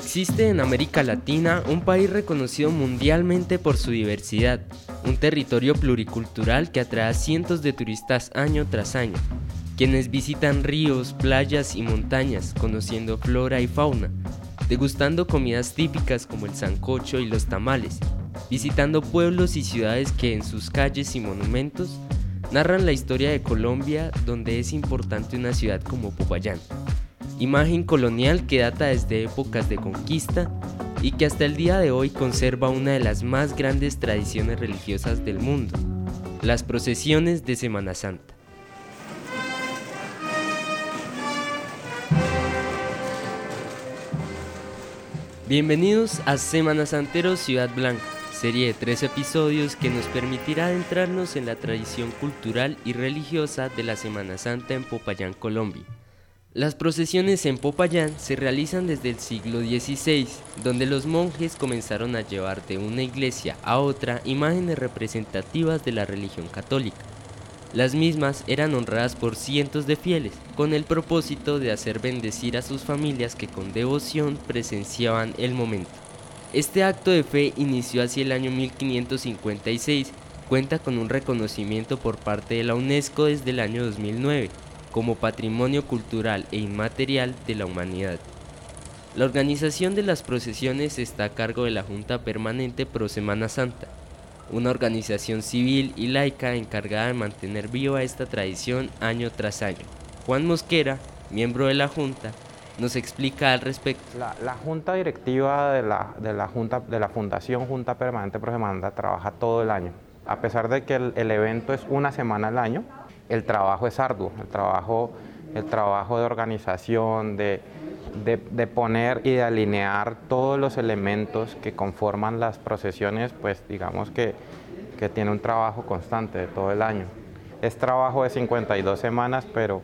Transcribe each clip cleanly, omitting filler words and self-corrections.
Existe en América Latina un país reconocido mundialmente por su diversidad, un territorio pluricultural que atrae a cientos de turistas año tras año, quienes visitan ríos, playas y montañas, conociendo flora y fauna, degustando comidas típicas como el sancocho y los tamales, visitando pueblos y ciudades que en sus calles y monumentos narran la historia de Colombia, donde es importante una ciudad como Popayán. Imagen colonial que data desde épocas de conquista y que hasta el día de hoy conserva una de las más grandes tradiciones religiosas del mundo, las procesiones de Semana Santa. Bienvenidos a Semana Santero Ciudad Blanca, serie de 3 episodios que nos permitirá adentrarnos en la tradición cultural y religiosa de la Semana Santa en Popayán, Colombia. Las procesiones en Popayán se realizan desde el siglo XVI, donde los monjes comenzaron a llevar de una iglesia a otra imágenes representativas de la religión católica. Las mismas eran honradas por cientos de fieles, con el propósito de hacer bendecir a sus familias que con devoción presenciaban el momento. Este acto de fe inició hacia el año 1556, cuenta con un reconocimiento por parte de la UNESCO desde el año 2009, como Patrimonio Cultural e Inmaterial de la Humanidad. La organización de las procesiones está a cargo de la Junta Permanente Pro Semana Santa, una organización civil y laica encargada de mantener viva esta tradición año tras año. Juan Mosquera, miembro de la Junta, nos explica al respecto. La Junta Directiva de la Fundación Junta Permanente Pro Semana Santa trabaja todo el año. A pesar de que el evento es una semana al año, el trabajo es arduo, el trabajo de organización, de poner y de alinear todos los elementos que conforman las procesiones, pues digamos que tiene un trabajo constante de todo el año. Es trabajo de 52 semanas, pero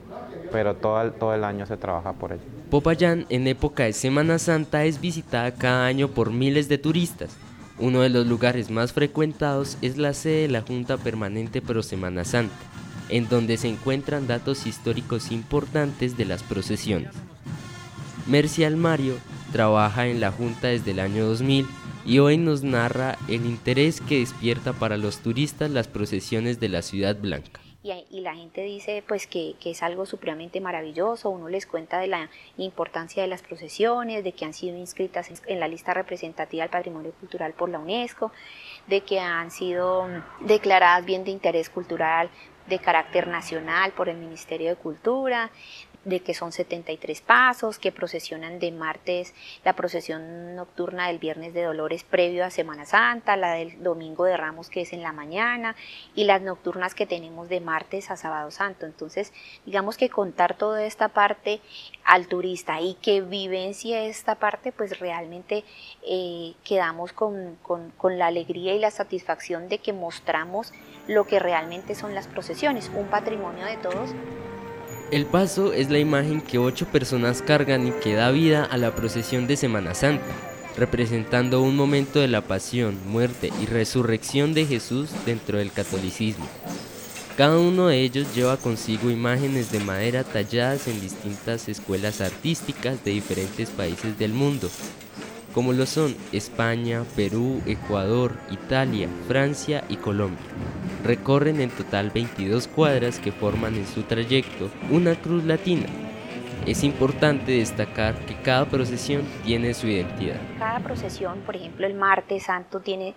todo el año se trabaja por ello. Popayán en época de Semana Santa es visitada cada año por miles de turistas. Uno de los lugares más frecuentados es la sede de la Junta Permanente Pro Semana Santa, en donde se encuentran datos históricos importantes de las procesiones. Mercy Almario trabaja en la Junta desde el año 2000 y hoy nos narra el interés que despierta para los turistas las procesiones de la Ciudad Blanca. Y la gente dice pues que es algo supremamente maravilloso, uno les cuenta de la importancia de las procesiones, de que han sido inscritas en la lista representativa del Patrimonio Cultural por la UNESCO, de que han sido declaradas bien de interés cultural de carácter nacional por el Ministerio de Cultura, de que son 73 pasos, que procesionan de martes la procesión nocturna del Viernes de Dolores previo a Semana Santa, la del Domingo de Ramos que es en la mañana y las nocturnas que tenemos de martes a Sábado Santo. Entonces, digamos que contar toda esta parte al turista y que vivencie esta parte, pues realmente quedamos con la alegría y la satisfacción de que mostramos lo que realmente son las procesiones, un patrimonio de todos. El paso es la imagen que 8 personas cargan y que da vida a la procesión de Semana Santa, representando un momento de la pasión, muerte y resurrección de Jesús dentro del catolicismo. Cada uno de ellos lleva consigo imágenes de madera talladas en distintas escuelas artísticas de diferentes países del mundo, como lo son España, Perú, Ecuador, Italia, Francia y Colombia. Recorren en total 22 cuadras que forman en su trayecto una cruz latina. Es importante destacar que cada procesión tiene su identidad. Cada procesión, por ejemplo, el martes santo tiene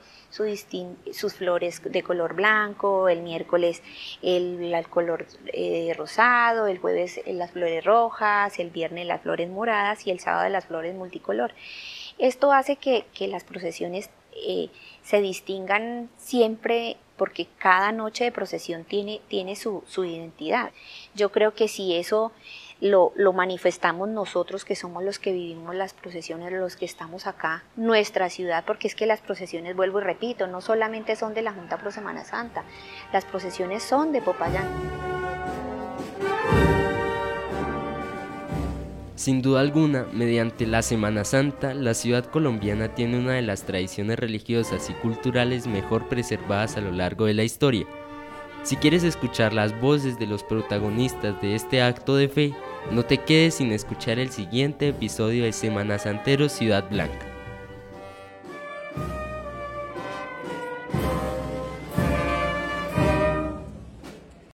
sus flores de color blanco, el miércoles el color rosado, el jueves las flores rojas, el viernes las flores moradas y el sábado las flores multicolor. Esto hace que las procesiones se distingan siempre porque cada noche de procesión tiene su identidad. Yo creo que si eso lo manifestamos nosotros, que somos los que vivimos las procesiones, los que estamos acá, nuestra ciudad, porque es que las procesiones, vuelvo y repito, no solamente son de la Junta Pro Semana Santa, las procesiones son de Popayán. Sin duda alguna, mediante la Semana Santa, la ciudad colombiana tiene una de las tradiciones religiosas y culturales mejor preservadas a lo largo de la historia. Si quieres escuchar las voces de los protagonistas de este acto de fe, no te quedes sin escuchar el siguiente episodio de Semana Santero Ciudad Blanca.